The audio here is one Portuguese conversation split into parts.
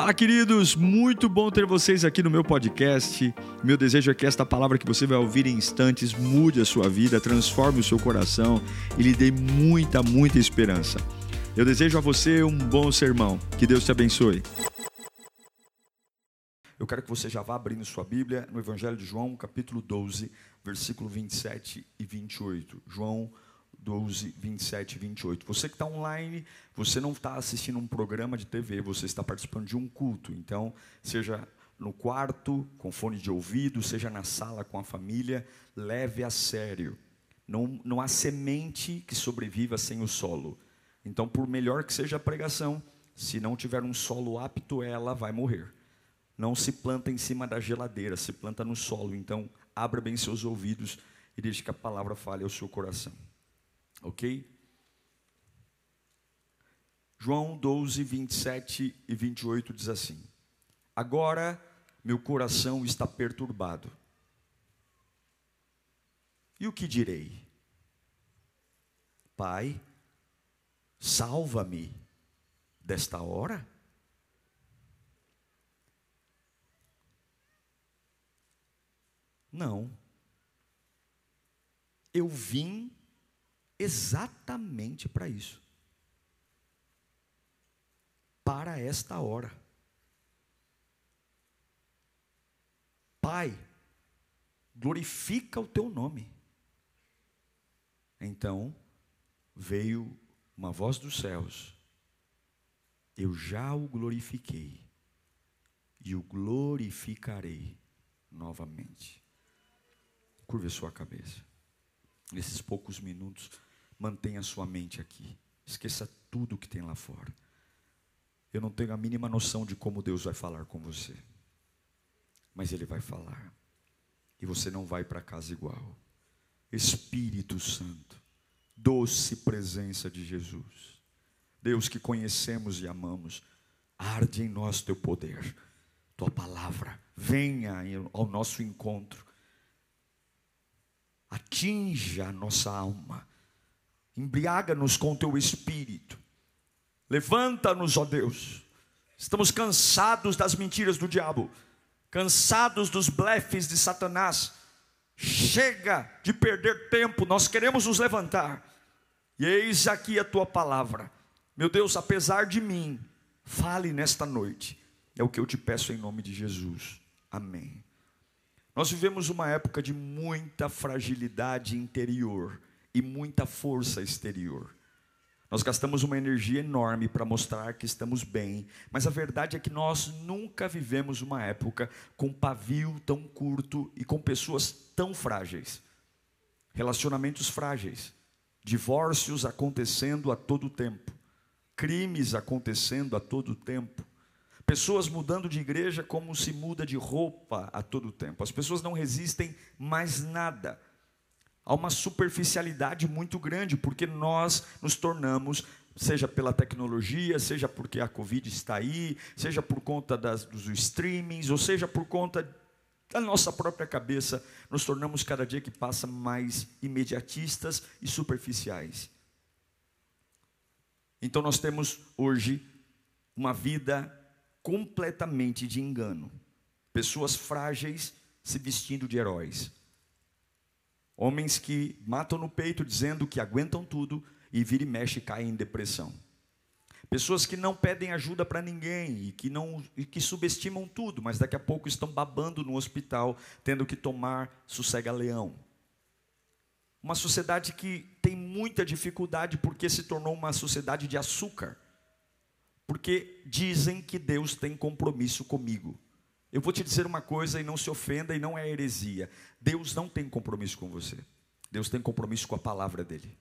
Olá, queridos, muito bom ter vocês aqui no meu podcast. Meu desejo é que esta palavra que você vai ouvir em instantes mude a sua vida, transforme o seu coração e lhe dê muita esperança. Eu desejo a você um bom sermão. Que Deus te abençoe. Eu quero que você já vá abrindo sua Bíblia no Evangelho de João, capítulo 12, versículo 27 e 28. João 12, 27 e 28. Você que está online, você não está assistindo um programa de TV, você está participando de um culto. Então, seja no quarto, com fone de ouvido, seja na sala com a família, leve a sério. Não há semente que sobreviva sem o solo. Então, por melhor que seja a pregação, se não tiver um solo apto, ela vai morrer. Não se planta em cima da geladeira, se planta no solo. Então, abra bem seus ouvidos e deixe que a palavra fale ao seu coração. Ok? João 12, 27 e 28 diz assim: agora meu coração está perturbado. E o que direi? Pai, salva-me desta hora? Não. Eu vim exatamente para isso. Para esta hora. Pai, glorifica o teu nome. Então veio uma voz dos céus. Eu já o glorifiquei e o glorificarei novamente. Curve a sua cabeça. Nesses poucos minutos, mantenha a sua mente aqui. Esqueça tudo que tem lá fora. Eu não tenho a mínima noção de como Deus vai falar com você. Mas Ele vai falar. E você não vai para casa igual. Espírito Santo, doce presença de Jesus. Deus que conhecemos e amamos, arde em nós teu poder. Tua palavra, venha ao nosso encontro. Atinja a nossa alma, embriaga-nos com o teu espírito, levanta-nos, ó Deus. Estamos cansados das mentiras do diabo, cansados dos blefes de Satanás. Chega de perder tempo, nós queremos nos levantar. E eis aqui a tua palavra. Meu Deus, apesar de mim, fale nesta noite. É o que eu te peço em nome de Jesus. Amém. Nós vivemos uma época de muita fragilidade interior e muita força exterior. Nós gastamos uma energia enorme para mostrar que estamos bem, mas a verdade é que nós nunca vivemos uma época com pavio tão curto e com pessoas tão frágeis. Relacionamentos frágeis, divórcios acontecendo a todo tempo, crimes acontecendo a todo tempo. Pessoas mudando de igreja como se muda de roupa a todo tempo. As pessoas não resistem mais nada. Há uma superficialidade muito grande, porque nós nos tornamos, seja pela tecnologia, seja porque a Covid está aí, seja por conta dos streamings, ou seja por conta da nossa própria cabeça, nos tornamos cada dia que passa mais imediatistas e superficiais. Então nós temos hoje uma vida completamente de engano. Pessoas frágeis se vestindo de heróis. Homens que matam no peito dizendo que aguentam tudo e vira e mexe caem em depressão. Pessoas que não pedem ajuda para ninguém e que subestimam tudo, mas daqui a pouco estão babando no hospital, tendo que tomar sossega-leão. Uma sociedade que tem muita dificuldade porque se tornou uma sociedade de açúcar. Porque dizem que Deus tem compromisso comigo. Eu vou te dizer uma coisa e não se ofenda e não é heresia. Deus não tem compromisso com você. Deus tem compromisso com a palavra dele.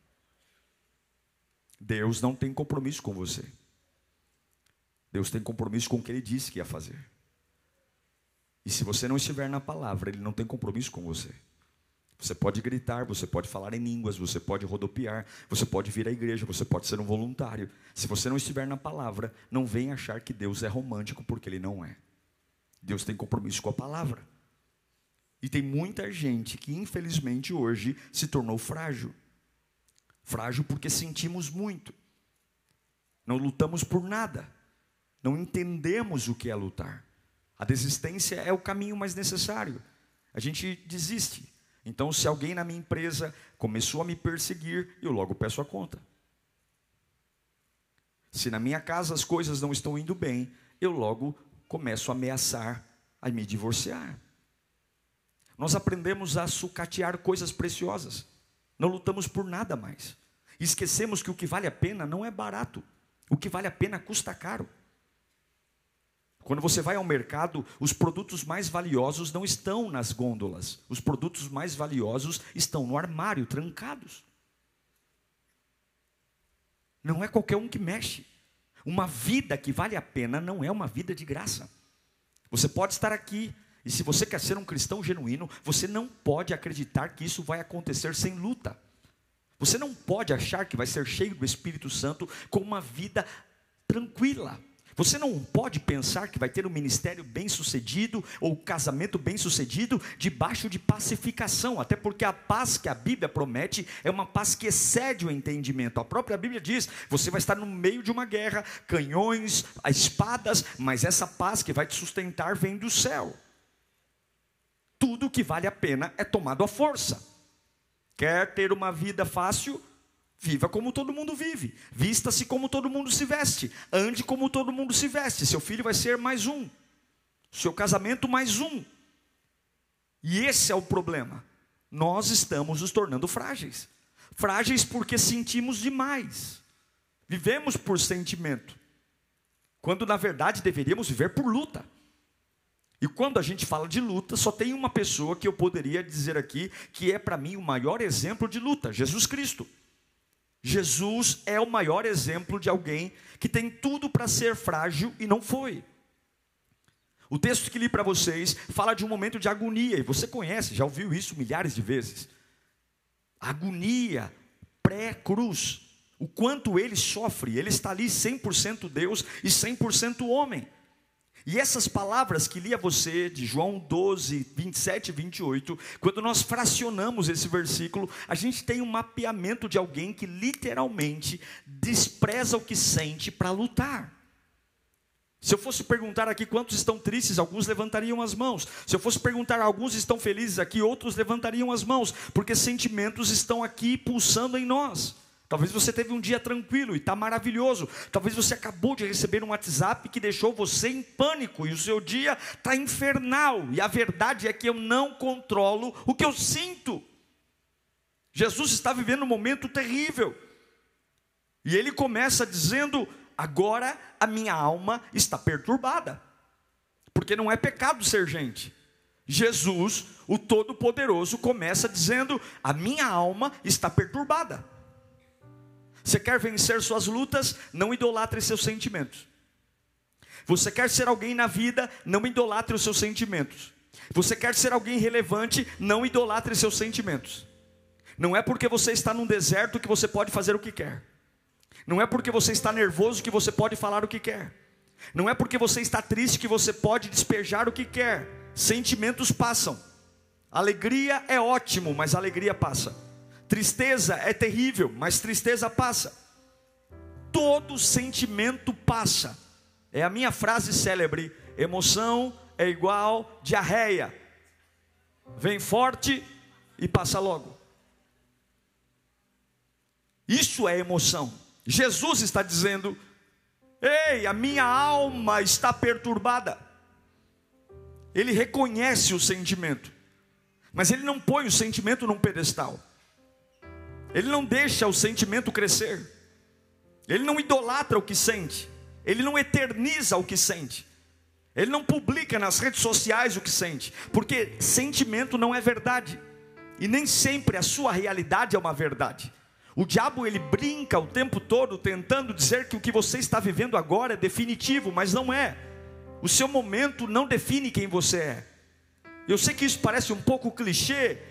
Deus não tem compromisso com você. Deus tem compromisso com o que ele disse que ia fazer. E se você não estiver na palavra, ele não tem compromisso com você. Você pode gritar, você pode falar em línguas, você pode rodopiar, você pode vir à igreja, você pode ser um voluntário. Se você não estiver na palavra, não venha achar que Deus é romântico, porque ele não é. Deus tem compromisso com a palavra. E tem muita gente que infelizmente hoje se tornou frágil. Frágil porque sentimos muito. Não lutamos por nada. não entendemos o que é lutar. A desistência é o caminho mais necessário. A gente desiste. Então, se alguém na minha empresa começou a me perseguir, eu logo peço a conta. Se na minha casa as coisas não estão indo bem, eu logo começo a ameaçar a me divorciar. Nós aprendemos a sucatear coisas preciosas. Não lutamos por nada mais. Esquecemos que o que vale a pena não é barato. O que vale a pena custa caro. Quando você vai ao mercado, os produtos mais valiosos não estão nas gôndolas. Os produtos mais valiosos estão no armário, trancados. Não é qualquer um que mexe. Uma vida que vale a pena não é uma vida de graça. Você pode estar aqui, e se você quer ser um cristão genuíno, você não pode acreditar que isso vai acontecer sem luta. Você não pode achar que vai ser cheio do Espírito Santo com uma vida tranquila. Você não pode pensar que vai ter um ministério bem-sucedido ou um casamento bem-sucedido debaixo de pacificação, até porque a paz que a Bíblia promete é uma paz que excede o entendimento. A própria Bíblia diz, você vai estar no meio de uma guerra, canhões, espadas, mas essa paz que vai te sustentar vem do céu. Tudo que vale a pena é tomado à força. Quer ter uma vida fácil? Viva como todo mundo vive, vista-se como todo mundo se veste, ande como todo mundo se veste. Seu filho vai ser mais um, seu casamento mais um. E esse é o problema. Nós estamos nos tornando frágeis. Frágeis porque sentimos demais. Vivemos por sentimento, quando na verdade deveríamos viver por luta. E quando a gente fala de luta, só tem uma pessoa que eu poderia dizer aqui, que é para mim o maior exemplo de luta: Jesus Cristo. Jesus é o maior exemplo de alguém que tem tudo para ser frágil e não foi. O texto que li para vocês fala de um momento de agonia, e você conhece, já ouviu isso milhares de vezes. Agonia pré-cruz, o quanto ele sofre. Ele está ali 100% Deus e 100% homem. E essas palavras que li a você, de João 12, 27 e 28, quando nós fracionamos esse versículo, a gente tem um mapeamento de alguém que literalmente despreza o que sente para lutar. Se eu fosse perguntar aqui quantos estão tristes, alguns levantariam as mãos. Se eu fosse perguntar alguns estão felizes aqui, outros levantariam as mãos, porque sentimentos estão aqui pulsando em nós. Talvez você teve um dia tranquilo e está maravilhoso. Talvez você acabou de receber um WhatsApp que deixou você em pânico e o seu dia está infernal. E a verdade é que eu não controlo o que eu sinto. Jesus está vivendo um momento terrível. E ele começa dizendo, agora a minha alma está perturbada. Porque não é pecado ser gente. Jesus, o Todo-Poderoso, começa dizendo, a minha alma está perturbada. Você quer vencer suas lutas? Não idolatre seus sentimentos. Você quer ser alguém na vida? Não idolatre os seus sentimentos. Você quer ser alguém relevante? Não idolatre seus sentimentos. Não é porque você está num deserto que você pode fazer o que quer. Não é porque você está nervoso que você pode falar o que quer. Não é porque você está triste que você pode despejar o que quer. Sentimentos passam. Alegria é ótimo, mas alegria passa. Tristeza é terrível, mas tristeza passa. Todo sentimento passa. É a minha frase célebre: emoção é igual diarreia. Vem forte e passa logo. Isso é emoção. Jesus está dizendo: ei, a minha alma está perturbada. Ele reconhece o sentimento, mas ele não põe o sentimento num pedestal. Ele não deixa o sentimento crescer. Ele não idolatra o que sente. Ele não eterniza o que sente. Ele não publica nas redes sociais o que sente. Porque sentimento não é verdade. E nem sempre a sua realidade é uma verdade. O diabo, ele brinca o tempo todo tentando dizer que o que você está vivendo agora é definitivo, mas não é. O seu momento não define quem você é. Eu sei que isso parece um pouco clichê,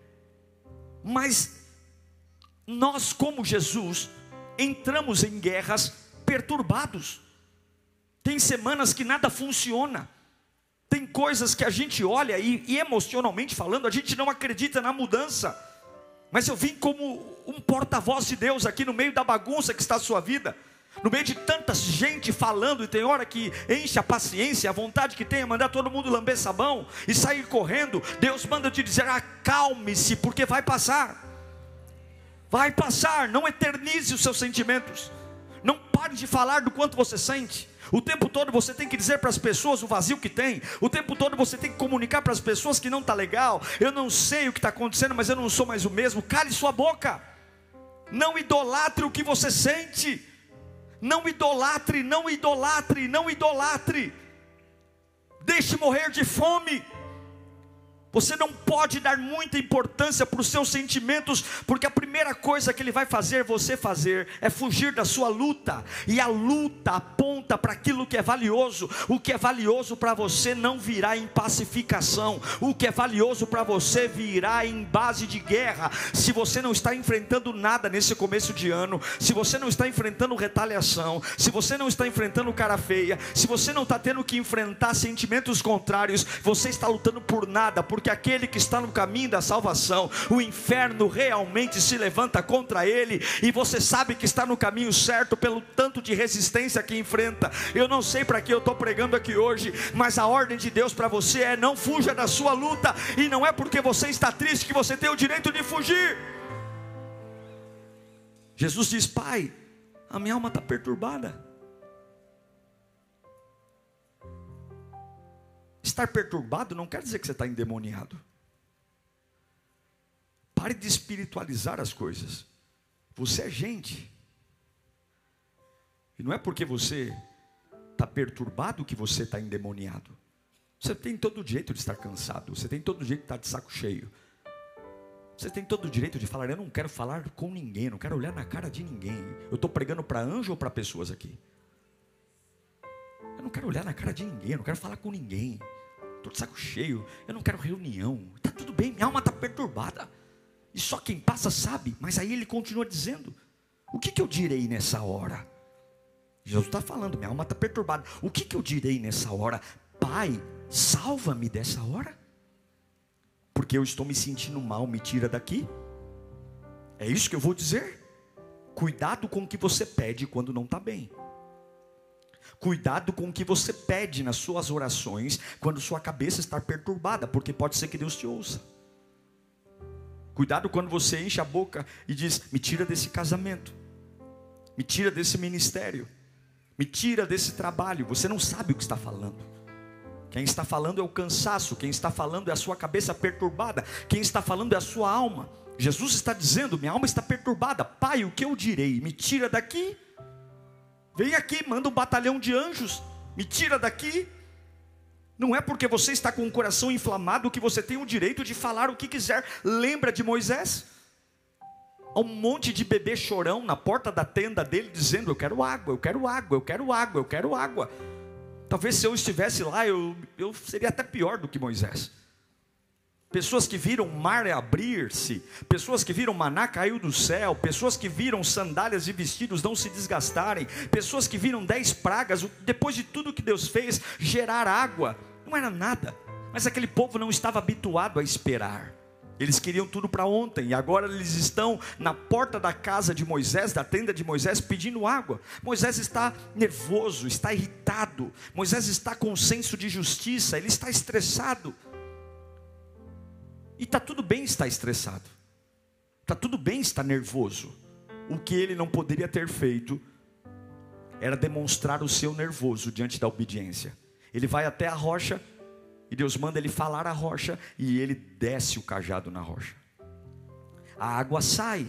mas nós, como Jesus, entramos em guerras perturbados. Tem semanas que nada funciona. Tem coisas que a gente olha e emocionalmente falando, a gente não acredita na mudança. Mas eu vim como um porta-voz de Deus aqui no meio da bagunça que está a sua vida, No meio de tanta gente falando, e tem hora que enche a paciência, a vontade que tem é mandar todo mundo lamber sabão e sair correndo. Deus manda te dizer: acalme-se, porque vai passar. Vai passar. Não eternize os seus sentimentos. Não pare de falar do quanto você sente. O tempo todo você tem que dizer para as pessoas o vazio que tem. O tempo todo você tem que comunicar para as pessoas que não está legal. Eu não sei o que está acontecendo, mas eu não sou mais o mesmo. Cale sua boca. Não idolatre o que você sente. Não idolatre, não idolatre, não idolatre. Deixe morrer de fome. Você não pode dar muita importância para os seus sentimentos, porque a primeira coisa que ele vai fazer você fazer é fugir da sua luta. E a luta aponta para aquilo que é valioso. O que é valioso para você não virá em pacificação. O que é valioso para você virá em base de guerra. Se você não está enfrentando nada nesse começo de ano, se você não está enfrentando retaliação, se você não está enfrentando cara feia, se você não está tendo que enfrentar sentimentos contrários, você está lutando por nada, porque aquele que está no caminho da salvação, o inferno realmente se levanta contra ele, e você sabe que está no caminho certo pelo tanto de resistência que enfrenta. Eu não sei para que eu estou pregando aqui hoje, mas a ordem de Deus para você é: não fuja da sua luta, e não é porque você está triste que você tem o direito de fugir. Jesus diz: Pai, a minha alma está perturbada. Estar perturbado não quer dizer que você está endemoniado. Pare de espiritualizar as coisas. Você é gente. E não é porque você está perturbado que você está endemoniado. Você tem todo o direito de estar cansado. Você tem todo o direito de estar de saco cheio. Você tem todo o direito de falar: eu não quero falar com ninguém, não quero olhar na cara de ninguém. Eu estou pregando para anjo ou para pessoas aqui? Eu não quero olhar na cara de ninguém, eu não quero falar com ninguém. Estou de saco cheio, eu não quero reunião. Está tudo bem, minha alma está perturbada. E só quem passa sabe. Mas aí ele continua dizendo: o que eu direi nessa hora? Jesus está falando: minha alma está perturbada. O que eu direi nessa hora? Pai, salva-me dessa hora, porque eu estou me sentindo mal, me tira daqui. É isso que eu vou dizer? Cuidado com o que você pede quando não está bem. Cuidado com o que você pede nas suas orações quando sua cabeça está perturbada, porque pode ser que Deus te ouça. Cuidado quando você enche a boca e diz: me tira desse casamento, me tira desse ministério, me tira desse trabalho. Você não sabe o que está falando. Quem está falando é o cansaço, quem está falando é a sua cabeça perturbada, quem está falando é a sua alma. Jesus está dizendo: minha alma está perturbada. Pai, o que eu direi? Me tira daqui. Vem aqui, manda um batalhão de anjos, me tira daqui. Não é porque você está com o coração inflamado que você tem o direito de falar o que quiser. Lembra de Moisés? Há um monte de bebê chorão na porta da tenda dele dizendo: eu quero água, eu quero água, eu quero água, eu quero água. Talvez se eu estivesse lá, eu seria até pior do que Moisés. Pessoas que viram o mar abrir-se, pessoas que viram maná cair do céu, pessoas que viram sandálias e vestidos não se desgastarem, pessoas que viram 10 pragas, depois de tudo que Deus fez, gerar água. Não era nada, mas aquele povo não estava habituado a esperar. Eles queriam tudo para ontem, e agora eles estão na porta da casa de Moisés, da tenda de Moisés, pedindo água. Moisés está nervoso, está irritado, Moisés está com um senso de justiça, ele está estressado. E está tudo bem estar estressado, está tudo bem estar nervoso. O que ele não poderia ter feito era demonstrar o seu nervoso diante da obediência. Ele vai até a rocha, e Deus manda ele falar a rocha, e ele desce o cajado na rocha. A água sai,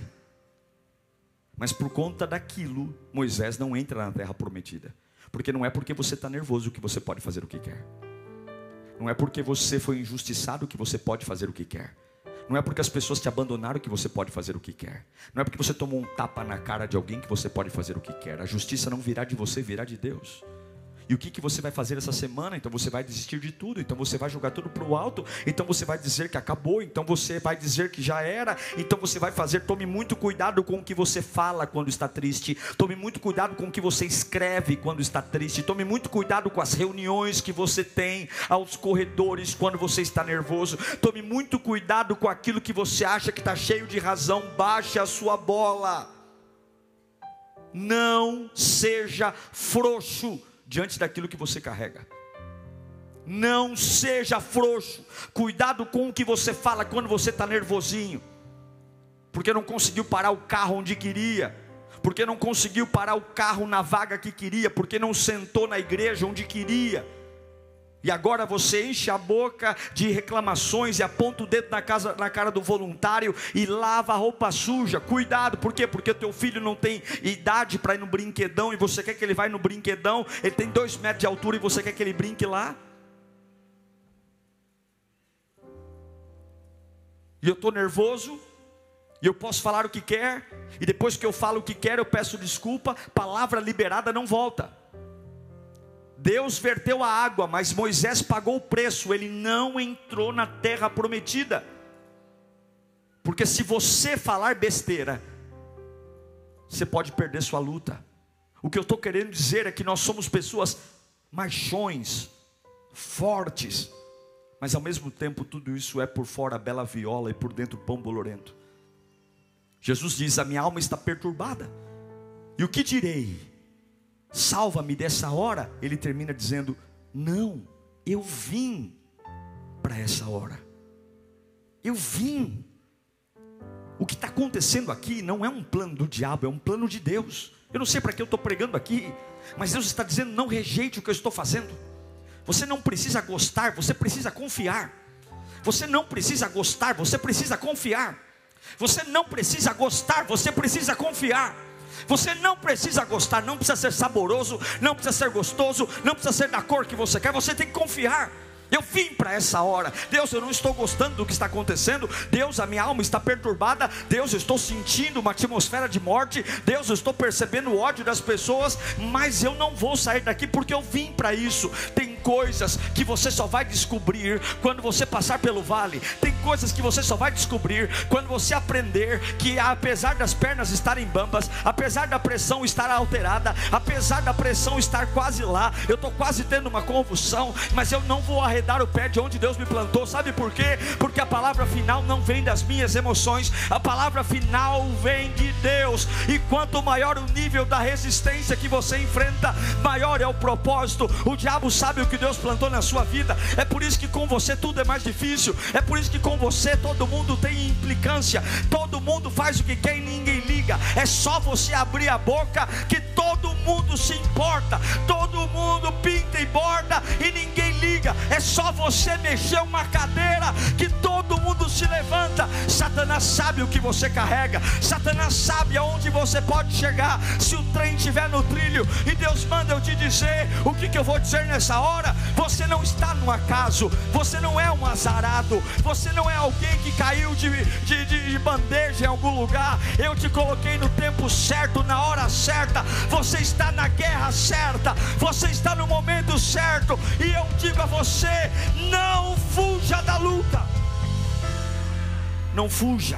mas por conta daquilo, Moisés não entra na terra prometida. Porque não é porque você está nervoso que você pode fazer o que quer. Não é porque você foi injustiçado que você pode fazer o que quer. Não é porque as pessoas te abandonaram que você pode fazer o que quer. Não é porque você tomou um tapa na cara de alguém que você pode fazer o que quer. A justiça não virá de você, virá de Deus. E o que você vai fazer essa semana? Então você vai desistir de tudo, então você vai jogar tudo para o alto, então você vai dizer que acabou, então você vai dizer que já era, então você vai fazer. Tome muito cuidado com o que você fala quando está triste, tome muito cuidado com o que você escreve quando está triste, tome muito cuidado com as reuniões que você tem aos corredores quando você está nervoso, tome muito cuidado com aquilo que você acha que está cheio de razão. Baixe a sua bola. Não seja frouxo diante daquilo que você carrega. Não seja frouxo. Cuidado com o que você fala quando você está nervosinho, porque não conseguiu parar o carro onde queria, porque não conseguiu parar o carro na vaga que queria, porque não sentou na igreja onde queria, e agora você enche a boca de reclamações e aponta o dedo na cara do voluntário e lava a roupa suja. Cuidado, por quê? Porque o teu filho não tem idade para ir no brinquedão, e você quer que ele vá no brinquedão. Ele tem 2 metros de altura e você quer que ele brinque lá. E eu estou nervoso, e eu posso falar o que quer, e depois que eu falo o que quero eu peço desculpa. Palavra liberada não volta. Deus verteu a água, mas Moisés pagou o preço. Ele não entrou na terra prometida. Porque se você falar besteira, você pode perder sua luta. O que eu estou querendo dizer é que nós somos pessoas machões, fortes, mas ao mesmo tempo tudo isso é por fora bela viola e por dentro pão bolorento. Jesus diz: a minha alma está perturbada, e o que direi? Salva-me dessa hora. Ele termina dizendo: não, eu vim para essa hora. Eu vim. O que está acontecendo aqui não é um plano do diabo, é um plano de Deus. Eu não sei para que eu estou pregando aqui, mas Deus está dizendo: não rejeite o que eu estou fazendo. Você não precisa gostar, você precisa confiar. Você não precisa gostar, você precisa confiar. Você não precisa gostar, você precisa confiar. Você não precisa gostar, não precisa ser saboroso, não precisa ser gostoso, não precisa ser da cor que você quer. Você tem que confiar. Eu vim para essa hora. Deus, eu não estou gostando do que está acontecendo. Deus, a minha alma está perturbada. Deus, eu estou sentindo uma atmosfera de morte. Deus, eu estou percebendo o ódio das pessoas, mas eu não vou sair daqui, porque eu vim para isso. Tem coisas que você só vai descobrir quando você passar pelo vale. Tem coisas que você só vai descobrir quando você aprender que, apesar das pernas estarem bambas, apesar da pressão estar alterada, apesar da pressão estar quase lá, eu estou quase tendo uma convulsão, mas eu não vou arredar o pé de onde Deus me plantou. Sabe por quê? Porque a palavra final não vem das minhas emoções, a palavra final vem de Deus. E quanto maior o nível da resistência que você enfrenta, maior é o propósito. O diabo sabe o que Deus plantou na sua vida. É por isso que com você tudo é mais difícil. É por isso que com você todo mundo tem implicância, todo mundo faz o que quer e ninguém liga. É só você abrir a boca que todo mundo se importa, todo mundo pinta e borda e ninguém liga. É só você mexer uma cadeira que todo mundo se levanta. Satanás sabe o que você carrega, Satanás sabe aonde você pode chegar. Se o trem estiver no trilho e Deus manda eu te dizer, o que eu vou dizer nessa hora? Você não está no acaso, você não é um azarado, você não é alguém que caiu de bandeja em algum lugar. Eu te coloquei no tempo certo, na hora certa. Você está na guerra certa, você está no momento certo. E eu digo a você: não fuja da luta. Não fuja.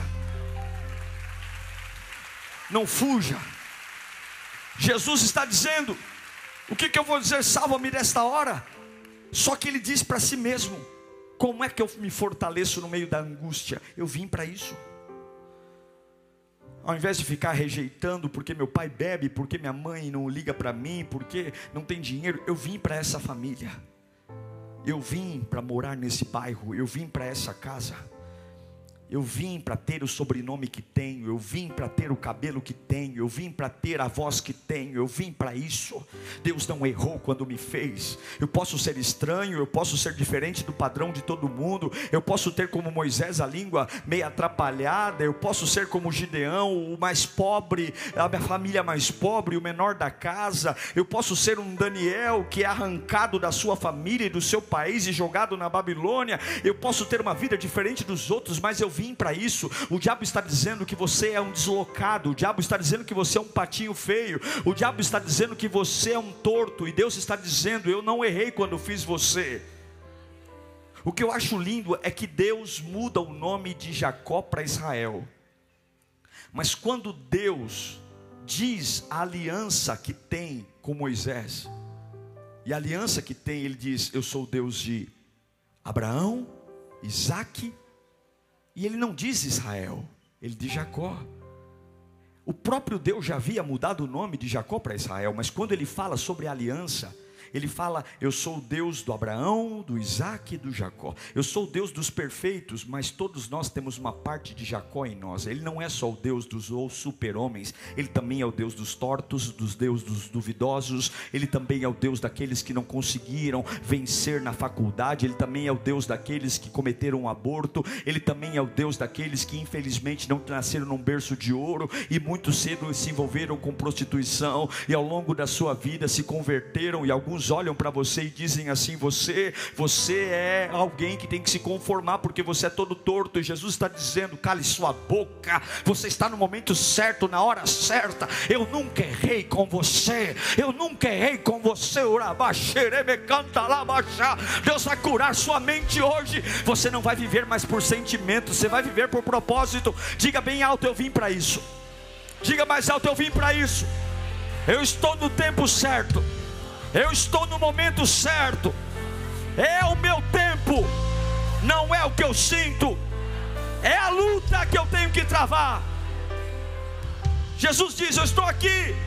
Não fuja. Jesus está dizendo: o que eu vou dizer? Salva-me desta hora. Só que ele diz para si mesmo: como é que eu me fortaleço no meio da angústia? Eu vim para isso. Ao invés de ficar rejeitando porque meu pai bebe, porque minha mãe não liga para mim, porque não tem dinheiro, eu vim para essa família. Eu vim para morar nesse bairro, eu vim para essa casa. Eu vim para ter o sobrenome que tenho, eu vim para ter o cabelo que tenho, eu vim para ter a voz que tenho, eu vim para isso. Deus não errou quando me fez. Eu posso ser estranho, eu posso ser diferente do padrão de todo mundo, eu posso ter como Moisés a língua meio atrapalhada, eu posso ser como Gideão, o mais pobre, a minha família mais pobre, o menor da casa. Eu posso ser um Daniel que é arrancado da sua família e do seu país e jogado na Babilônia. Eu posso ter uma vida diferente dos outros, mas eu vim para isso. O diabo está dizendo que você é um deslocado, o diabo está dizendo que você é um patinho feio, o diabo está dizendo que você é um torto, e Deus está dizendo: eu não errei quando fiz você. O que eu acho lindo é que Deus muda o nome de Jacó para Israel, mas quando Deus diz a aliança que tem com Moisés, e a aliança que tem, ele diz: eu sou o Deus de Abraão, Isaque, e ele não diz Israel, ele diz Jacó. O próprio Deus já havia mudado o nome de Jacó para Israel, mas quando ele fala sobre a aliança, ele fala: eu sou o Deus do Abraão, do Isaac e do Jacó. Eu sou o Deus dos perfeitos, mas todos nós temos uma parte de Jacó em nós. Ele não é só o Deus dos super-homens, ele também é o Deus dos tortos, dos Deus dos duvidosos. Ele também é o Deus daqueles que não conseguiram vencer na faculdade. Ele também é o Deus daqueles que cometeram um aborto. Ele também é o Deus daqueles que infelizmente não nasceram num berço de ouro e muito cedo se envolveram com prostituição e ao longo da sua vida se converteram. E alguns olham para você e dizem assim: você é alguém que tem que se conformar porque você é todo torto. E Jesus está dizendo: cale sua boca, você está no momento certo, na hora certa. Eu nunca errei com você, eu nunca errei com você. Deus vai curar sua mente hoje. Você não vai viver mais por sentimento, você vai viver por propósito. Diga bem alto: eu vim para isso. Diga mais alto: eu vim para isso. Eu estou no tempo certo, eu estou no momento certo. É o meu tempo, não é o que eu sinto. É a luta que eu tenho que travar. Jesus diz: eu estou aqui.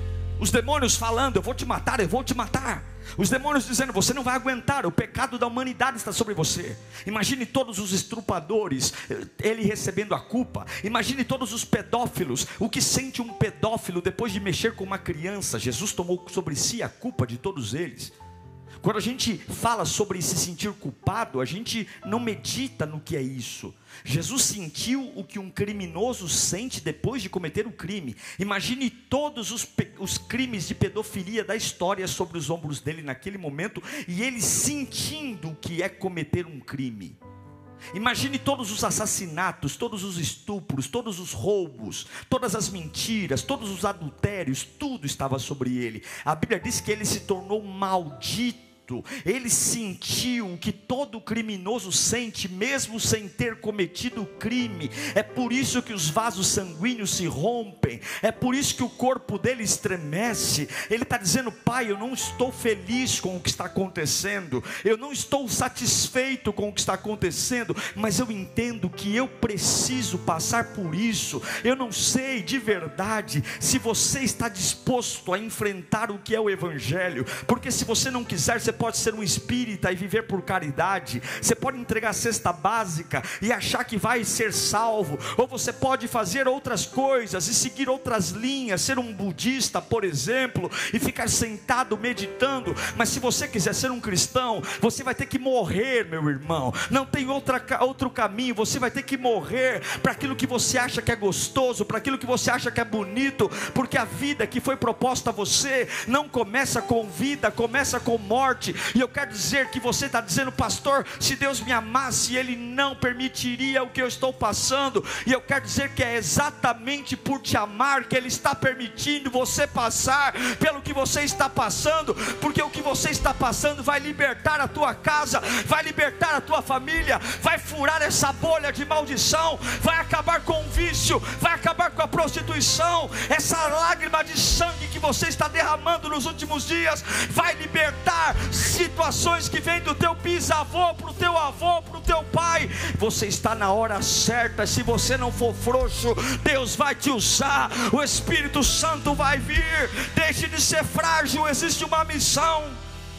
Os demônios falando: eu vou te matar, eu vou te matar. Os demônios dizendo: você não vai aguentar, o pecado da humanidade está sobre você. Imagine todos os estrupadores, ele recebendo a culpa. Imagine todos os pedófilos. O que sente um pedófilo depois de mexer com uma criança? Jesus tomou sobre si a culpa de todos eles. Quando a gente fala sobre se sentir culpado, a gente não medita no que é isso. Jesus sentiu o que um criminoso sente depois de cometer o crime. Imagine todos os crimes de pedofilia da história sobre os ombros dele naquele momento, e ele sentindo o que é cometer um crime. Imagine todos os assassinatos, todos os estupros, todos os roubos, todas as mentiras, todos os adultérios, tudo estava sobre ele. A Bíblia diz que ele se tornou maldito. Ele sentiu o que todo criminoso sente, mesmo sem ter cometido o crime. É por isso que os vasos sanguíneos se rompem, é por isso que o corpo dele estremece. Ele está dizendo: pai, eu não estou feliz com o que está acontecendo, eu não estou satisfeito com o que está acontecendo, mas eu entendo que eu preciso passar por isso. Eu não sei de verdade se você está disposto a enfrentar o que é o Evangelho, porque se você não quiser, você pode ser um espírita e viver por caridade. Você pode entregar a cesta básica e achar que vai ser salvo, ou você pode fazer outras coisas e seguir outras linhas, ser um budista, por exemplo, e ficar sentado meditando. Mas se você quiser ser um cristão, você vai ter que morrer, meu irmão. Não tem outro caminho. Você vai ter que morrer para aquilo que você acha que é gostoso, para aquilo que você acha que é bonito, porque a vida que foi proposta a você não começa com vida, começa com morte. E eu quero dizer que você está dizendo: pastor, se Deus me amasse, Ele não permitiria o que eu estou passando. E eu quero dizer que é exatamente por te amar que Ele está permitindo você passar pelo que você está passando, porque o que você está passando vai libertar a tua casa, vai libertar a tua família, vai furar essa bolha de maldição, vai acabar com o vício, vai acabar com a prostituição. Essa lágrima de sangue que você está derramando nos últimos dias vai libertar situações que vêm do teu bisavô, para o teu avô, para o teu pai. Você está na hora certa. Se você não for frouxo, Deus vai te usar, o Espírito Santo vai vir. Deixe de ser frágil, existe uma missão.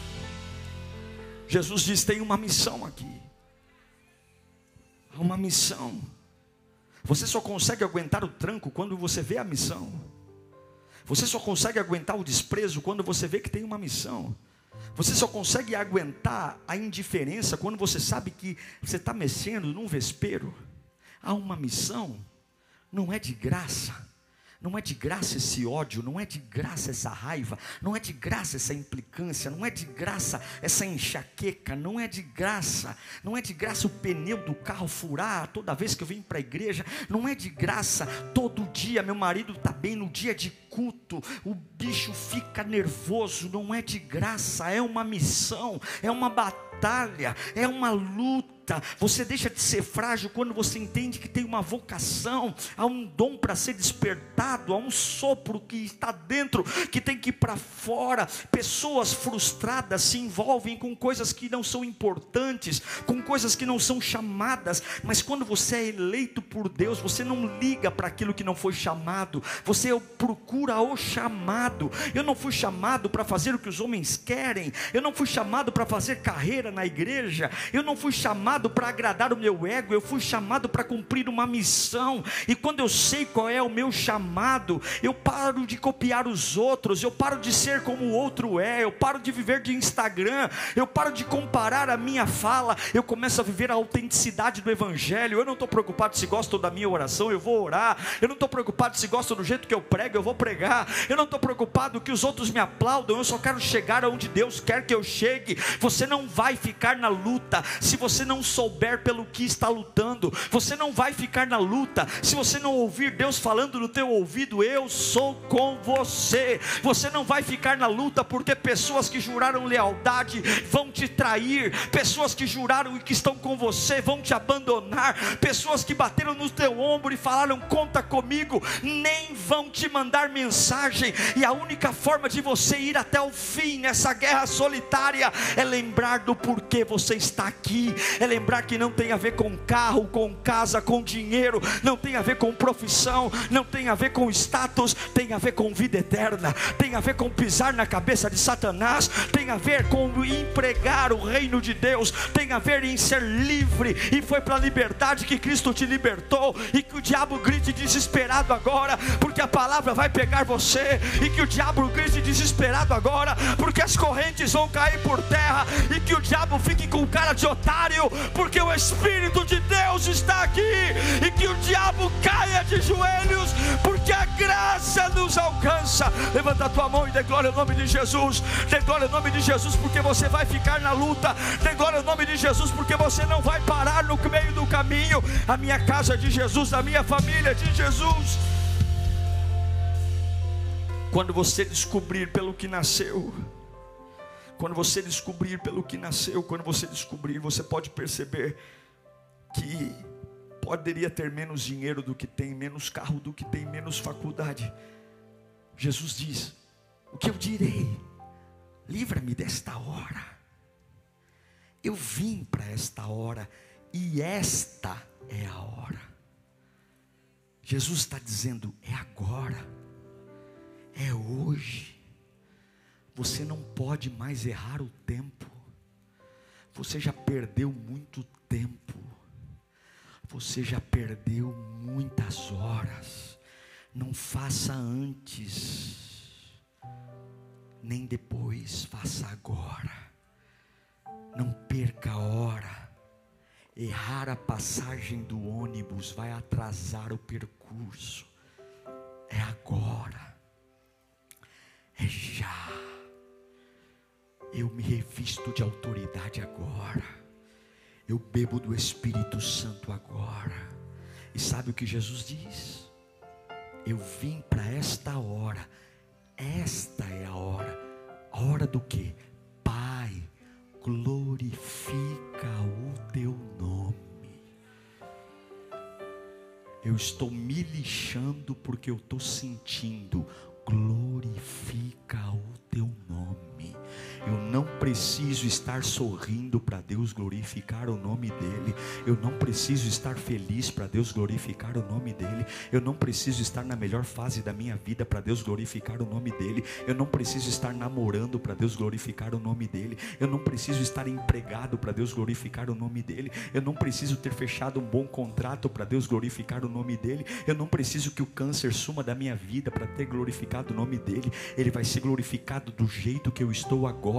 Jesus diz: tem uma missão aqui, há uma missão. Você só consegue aguentar o tranco quando você vê a missão. Você só consegue aguentar o desprezo quando você vê que tem uma missão. Você só consegue aguentar a indiferença quando você sabe que você está mexendo num vespeiro. Há uma missão. Não é de graça. Não é de graça esse ódio, não é de graça essa raiva, não é de graça essa implicância, não é de graça essa enxaqueca, não é de graça o pneu do carro furar toda vez que eu venho para a igreja, não é de graça todo dia meu marido está bem no dia de culto, o bicho fica nervoso. Não é de graça, é uma missão, é uma batalha, é uma luta. Você deixa de ser frágil quando você entende que tem uma vocação, há um dom para ser despertado, há um sopro que está dentro, que tem que ir para fora. Pessoas frustradas se envolvem com coisas que não são importantes, com coisas que não são chamadas. Mas quando você é eleito por Deus, você não liga para aquilo que não foi chamado, você procura o chamado. Eu não fui chamado para fazer o que os homens querem, eu não fui chamado para fazer carreira na igreja, eu não fui chamado para agradar o meu ego, eu fui chamado para cumprir uma missão. E quando eu sei qual é o meu chamado, eu paro de copiar os outros, eu paro de ser como o outro é, eu paro de viver de Instagram, eu paro de comparar a minha fala, eu começo a viver a autenticidade do evangelho. Eu não estou preocupado se gostam da minha oração, eu vou orar. Eu não estou preocupado se gostam do jeito que eu prego, eu vou pregar. Eu não estou preocupado que os outros me aplaudam, eu só quero chegar aonde Deus quer que eu chegue. Você não vai ficar na luta se você não souber pelo que está lutando. Você não vai ficar na luta se você não ouvir Deus falando no teu ouvido: eu sou com você. Você não vai ficar na luta porque pessoas que juraram lealdade vão te trair, pessoas que juraram e que estão com você vão te abandonar, pessoas que bateram no teu ombro e falaram conta comigo, nem vão te mandar mensagem. E a única forma de você ir até o fim nessa guerra solitária é lembrar do porquê você está aqui, é lembrar que não tem a ver com carro, com casa, com dinheiro, não tem a ver com profissão, não tem a ver com status, tem a ver com vida eterna, tem a ver com pisar na cabeça de Satanás, tem a ver com empregar o reino de Deus, tem a ver em ser livre. E foi para a liberdade que Cristo te libertou. E que o diabo grite desesperado agora, porque a palavra vai pegar você. E que o diabo grite desesperado agora, porque as correntes vão cair por terra. E que o diabo fique com cara de otário, porque o Espírito de Deus está aqui. E que o diabo caia de joelhos, porque a graça nos alcança. Levanta a tua mão e dê glória ao nome de Jesus. Dê glória ao nome de Jesus, porque você vai ficar na luta. Dê glória ao nome de Jesus, porque você não vai parar no meio do caminho. A minha casa é de Jesus, a minha família é de Jesus. Quando você descobrir pelo que nasceu, quando você descobrir pelo que nasceu, quando você descobrir, você pode perceber que poderia ter menos dinheiro do que tem, menos carro do que tem, menos faculdade. Jesus diz: o que eu direi? Livra-me desta hora. Eu vim para esta hora, e esta é a hora. Jesus está dizendo: é agora, é hoje. Você não pode mais errar o tempo. Você já perdeu muito tempo. Você já perdeu muitas horas. Não faça antes, nem depois, faça agora. Não perca a hora. Errar a passagem do ônibus vai atrasar o percurso. É agora, é já. Eu me revisto de autoridade agora. Eu bebo do Espírito Santo agora. E sabe o que Jesus diz? Eu vim para esta hora. Esta é a hora. A hora do quê? Pai, glorifica o teu nome. Eu estou me lixando porque eu estou sentindo. Glorifica o teu nome. Eu não preciso estar sorrindo para Deus glorificar o nome dEle. Eu não preciso estar feliz para Deus glorificar o nome dEle. Eu não preciso estar na melhor fase da minha vida para Deus glorificar o nome dEle. Eu não preciso estar namorando para Deus glorificar o nome dEle. Eu não preciso estar empregado para Deus glorificar o nome dEle. Eu não preciso ter fechado um bom contrato para Deus glorificar o nome dEle. Eu não preciso que o câncer suma da minha vida para ter glorificado o nome dEle. Ele vai ser glorificado do jeito que eu estou agora, porque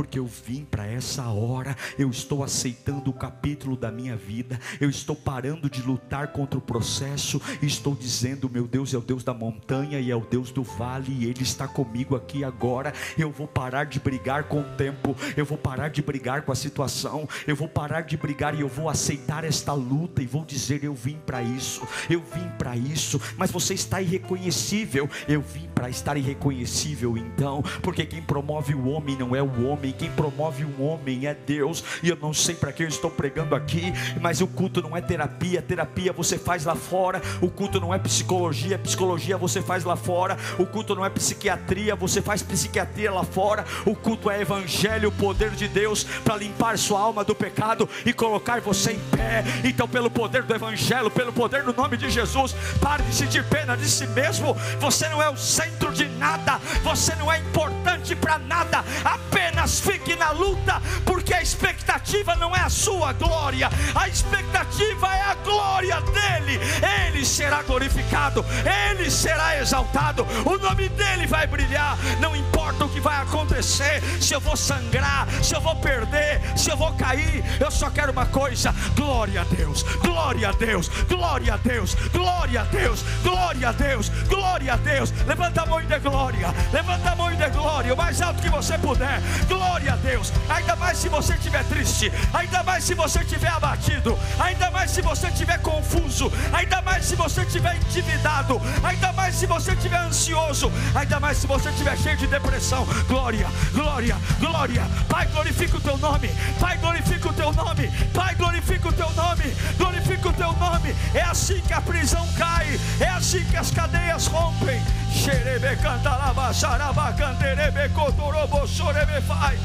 porque eu vim para essa hora. Eu estou aceitando o capítulo da minha vida. Eu estou parando de lutar contra o processo. Estou dizendo: meu Deus é o Deus da montanha e é o Deus do vale, e Ele está comigo aqui agora. Eu vou parar de brigar com o tempo. Eu vou parar de brigar com a situação. Eu vou parar de brigar e eu vou aceitar esta luta e vou dizer: eu vim para isso. Eu vim para isso. Mas você está irreconhecível. Eu vim para estar irreconhecível então, porque quem promove o homem não é o homem, quem promove o homem é Deus. E eu não sei para quem eu estou pregando aqui, mas o culto não é terapia. Terapia você faz lá fora. O culto não é psicologia. Psicologia você faz lá fora. O culto não é psiquiatria. Você faz psiquiatria lá fora. O culto é evangelho, o poder de Deus para limpar sua alma do pecado e colocar você em pé. Então, pelo poder do evangelho, pelo poder do nome de Jesus, pare de sentir pena de si mesmo. Você não é o centro de nada. Você não é importante para nada. Apenas fique na luta, porque a expectativa não é a sua glória. A expectativa é a glória dele. Ele será glorificado, ele será exaltado, o nome dele vai brilhar. Não importa o que vai acontecer, se eu vou sangrar, se eu vou perder, se eu vou cair, eu só quero uma coisa: glória a Deus, glória a Deus, glória a Deus, glória a Deus, glória a Deus, glória a Deus. Levanta a mão e dê glória, levanta a mão e dê glória, o mais alto que você puder. Glória a Deus. Ainda mais se você estiver triste, ainda mais se você estiver abatido, ainda mais se você estiver confuso, ainda mais se você estiver endividado, ainda mais se você estiver ansioso, ainda mais se você estiver cheio de depressão. Glória, glória, glória. Pai, glorifica o teu nome. Pai, glorifica o teu nome. Pai, glorifica o teu nome. Glorifica o teu nome. É assim que a prisão cai, é assim que as cadeias rompem. Xerebe cantaraba, xaraba canterebe, cotorobo, xorebe fai.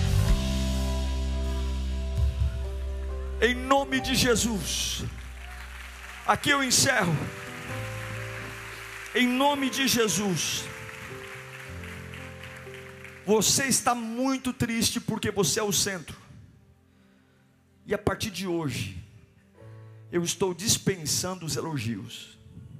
Em nome de Jesus. Aqui eu encerro. Em nome de Jesus. Você está muito triste porque você é o centro. E a partir de hoje, eu estou dispensando os elogios.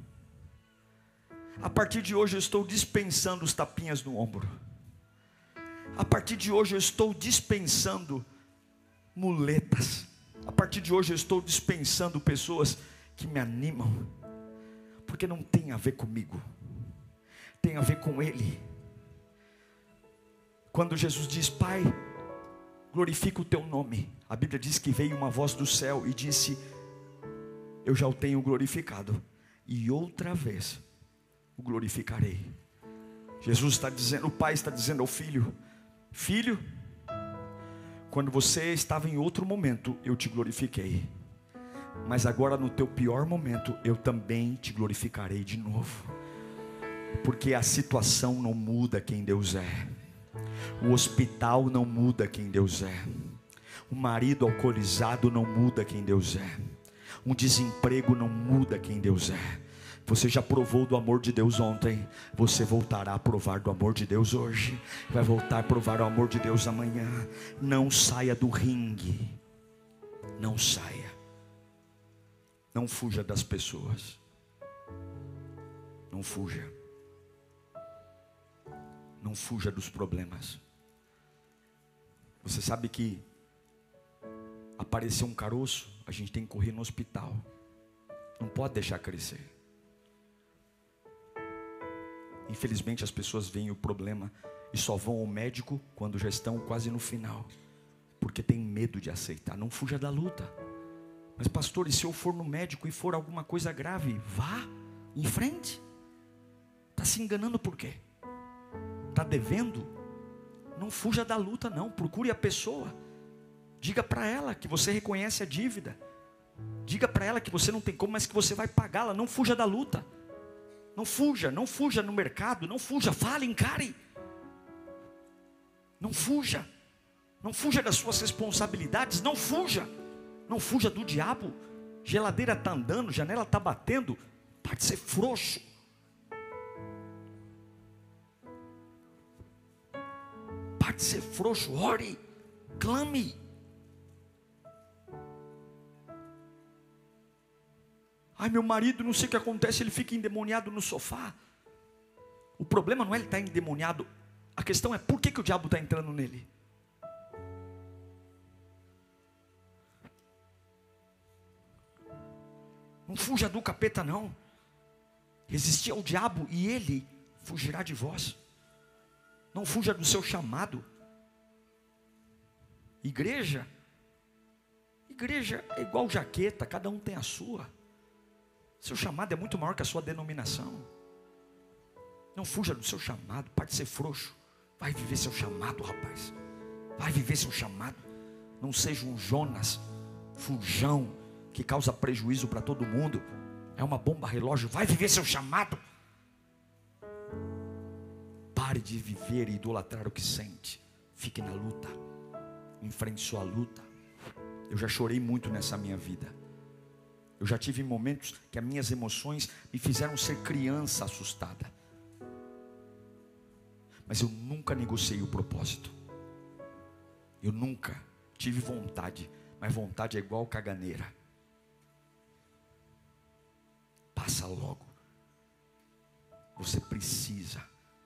A partir de hoje eu estou dispensando os tapinhas no ombro. A partir de hoje eu estou dispensando muletas. A partir de hoje eu estou dispensando pessoas que me animam, porque não tem a ver comigo, tem a ver com Ele. Quando Jesus diz: Pai, glorifica o teu nome, a Bíblia diz que veio uma voz do céu e disse: eu já o tenho glorificado, e outra vez o glorificarei. Jesus está dizendo, o Pai está dizendo ao Filho: Filho, quando você estava em outro momento, eu te glorifiquei, mas agora no teu pior momento, eu também te glorificarei de novo. Porque a situação não muda quem Deus é, o hospital não muda quem Deus é, o marido alcoolizado não muda quem Deus é, um desemprego não muda quem Deus é. Você já provou do amor de Deus ontem, você voltará a provar do amor de Deus hoje, vai voltar a provar o amor de Deus amanhã. Não saia do ringue, não saia, não fuja das pessoas, não fuja, não fuja dos problemas. Você sabe que apareceu um caroço, a gente tem que correr no hospital, não pode deixar crescer. Infelizmente as pessoas veem o problema e só vão ao médico quando já estão quase no final, porque tem medo de aceitar. Não fuja da luta. Mas pastor, e se eu for no médico e for alguma coisa grave? Vá em frente. Está se enganando por quê? Está devendo? Não fuja da luta não, procure a pessoa. Diga para ela que você reconhece a dívida. Diga para ela que você não tem como, mas que você vai pagá-la. Não fuja da luta. Não fuja, não fuja no mercado, não fuja, fale, encare. Não fuja, não fuja das suas responsabilidades, não fuja. Não fuja do diabo. Geladeira está andando, janela está batendo, pare de ser frouxo. Pare de ser frouxo, ore, clame. Ai, meu marido, não sei o que acontece, ele fica endemoniado no sofá. O problema não é ele estar endemoniado. A questão é por que o diabo está entrando nele. Não fuja do capeta não. Resistir ao diabo e ele fugirá de vós. Não fuja do seu chamado. Igreja é igual jaqueta, cada um tem a sua. Seu chamado é muito maior que a sua denominação. Não fuja do seu chamado, pare de ser frouxo. Vai viver seu chamado, rapaz. Vai viver seu chamado. Não seja um Jonas, fujão, que causa prejuízo para todo mundo. É uma bomba relógio. Vai viver seu chamado. Pare de viver e idolatrar o que sente. Fique na luta. Enfrente sua luta. Eu já chorei muito nessa minha vida. Eu já tive momentos que as minhas emoções me fizeram ser criança assustada. Mas eu nunca negociei o propósito. Eu nunca tive vontade. Mas vontade é igual caganeira. Passa logo. Você precisa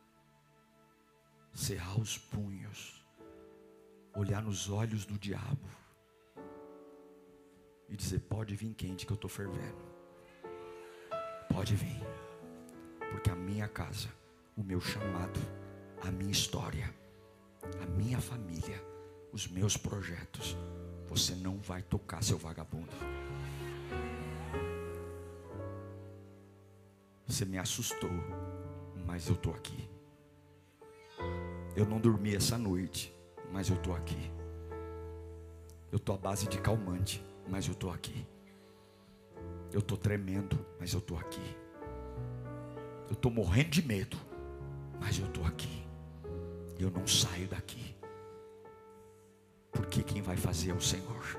cerrar os punhos, olhar nos olhos do diabo e dizer: pode vir quente que eu estou fervendo. Pode vir. Porque a minha casa, o meu chamado, a minha história, a minha família, os meus projetos, você não vai tocar, seu vagabundo. Você me assustou, mas eu estou aqui. Eu não dormi essa noite, mas eu estou aqui. Eu estou à base de calmante, mas eu estou aqui. Eu estou tremendo, mas eu estou aqui. Eu estou morrendo de medo, mas eu estou aqui. Eu não saio daqui. Porque quem vai fazer é o Senhor.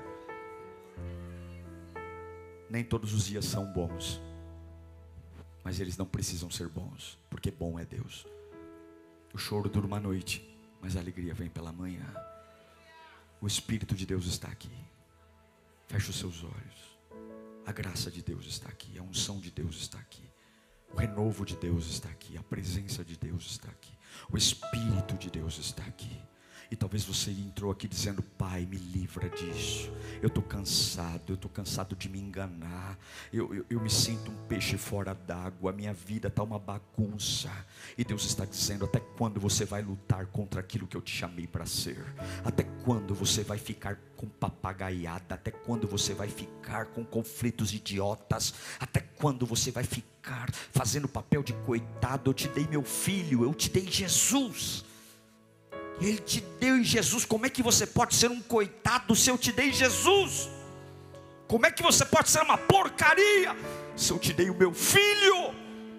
Nem todos os dias são bons, mas eles não precisam ser bons, porque bom é Deus. O choro dura uma noite, mas a alegria vem pela manhã. O Espírito de Deus está aqui. Feche os seus olhos. A graça de Deus está aqui. A unção de Deus está aqui. O renovo de Deus está aqui. A presença de Deus está aqui. O Espírito de Deus está aqui. E talvez você entrou aqui dizendo: Pai, me livra disso. Eu estou cansado de me enganar. Eu me sinto um peixe fora d'água. A minha vida está uma bagunça. E Deus está dizendo: até quando você vai lutar contra aquilo que eu te chamei para ser? Até quando você vai ficar com papagaiada? Até quando você vai ficar com conflitos idiotas? Até quando você vai ficar fazendo papel de coitado? Eu te dei meu filho, eu te dei Jesus. Ele te deu em Jesus. Como é que você pode ser um coitado se eu te dei Jesus? Como é que você pode ser uma porcaria se eu te dei o meu filho?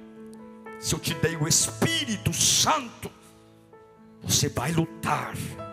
Se eu te dei o Espírito Santo? Você vai lutar.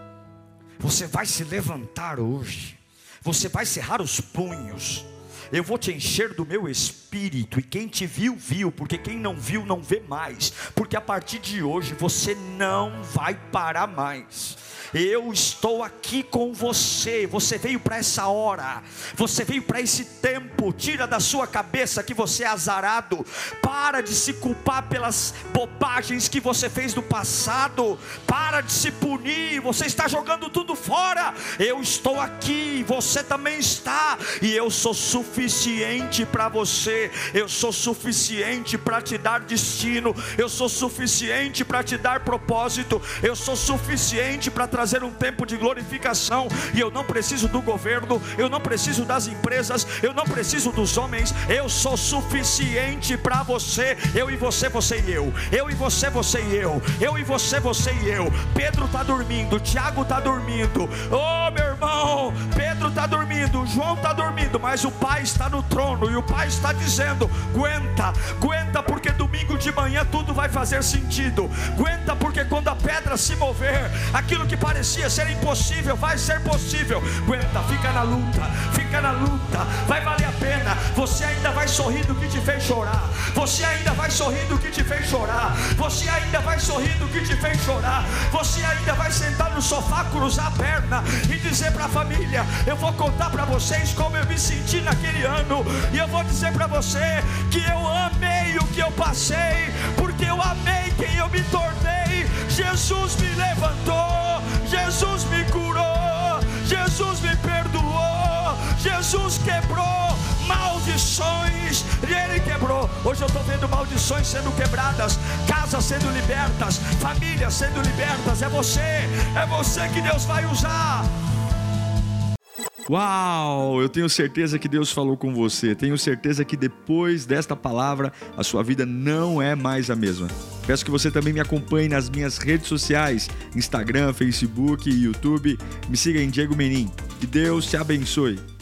Você vai se levantar hoje. Você vai cerrar os punhos. Eu vou te encher do meu Espírito. E quem te viu, viu. Porque quem não viu, não vê mais. Porque a partir de hoje você não vai parar mais. Eu estou aqui com você. Você veio para essa hora. Você veio para esse tempo. Tira da sua cabeça que você é azarado. Para de se culpar pelas bobagens que você fez no passado. Para de se punir. Você está jogando tudo fora. Eu estou aqui. Você também está. E eu sou suficiente para você. Eu sou suficiente para te dar destino. Eu sou suficiente para te dar propósito. Eu sou suficiente para trazer um tempo de glorificação. E eu não preciso do governo, eu não preciso das empresas, eu não preciso dos homens. Eu sou suficiente para você. Eu e você, você e eu. Eu e você, você e eu. Eu e você, você e eu. Pedro está dormindo, Tiago está dormindo. Oh, meu irmão, Pedro está dormindo, João está dormindo, mas o Pai está no trono. E o Pai está dizendo: aguenta, aguenta, porque domingo de manhã tudo vai fazer sentido. Aguenta, porque quando a pedra se mover, aquilo que parecia ser impossível vai ser possível. Aguenta, fica na luta, fica na luta, vai valer a pena. Você ainda vai sorrir do que te fez chorar. Você ainda vai sorrir do que te fez chorar. Você ainda vai sorrir do que te fez chorar. Você ainda vai sentar no sofá, cruzar a perna e dizer para a família: eu vou contar para vocês como eu me senti naquele ano. E eu vou dizer para você que eu amei o que eu passei, porque eu amei quem eu me tornei. Jesus me levantou, Jesus me curou, Jesus me perdoou, Jesus quebrou maldições. maldições, e Ele quebrou. Hoje eu estou vendo maldições sendo quebradas, casas sendo libertas, famílias sendo libertas. É você que Deus vai usar. Uau! Eu tenho certeza que Deus falou com você. Tenho certeza que depois desta palavra, a sua vida não é mais a mesma. Peço que você também me acompanhe nas minhas redes sociais, Instagram, Facebook e YouTube. Me siga em Diego Menin. Que Deus te abençoe.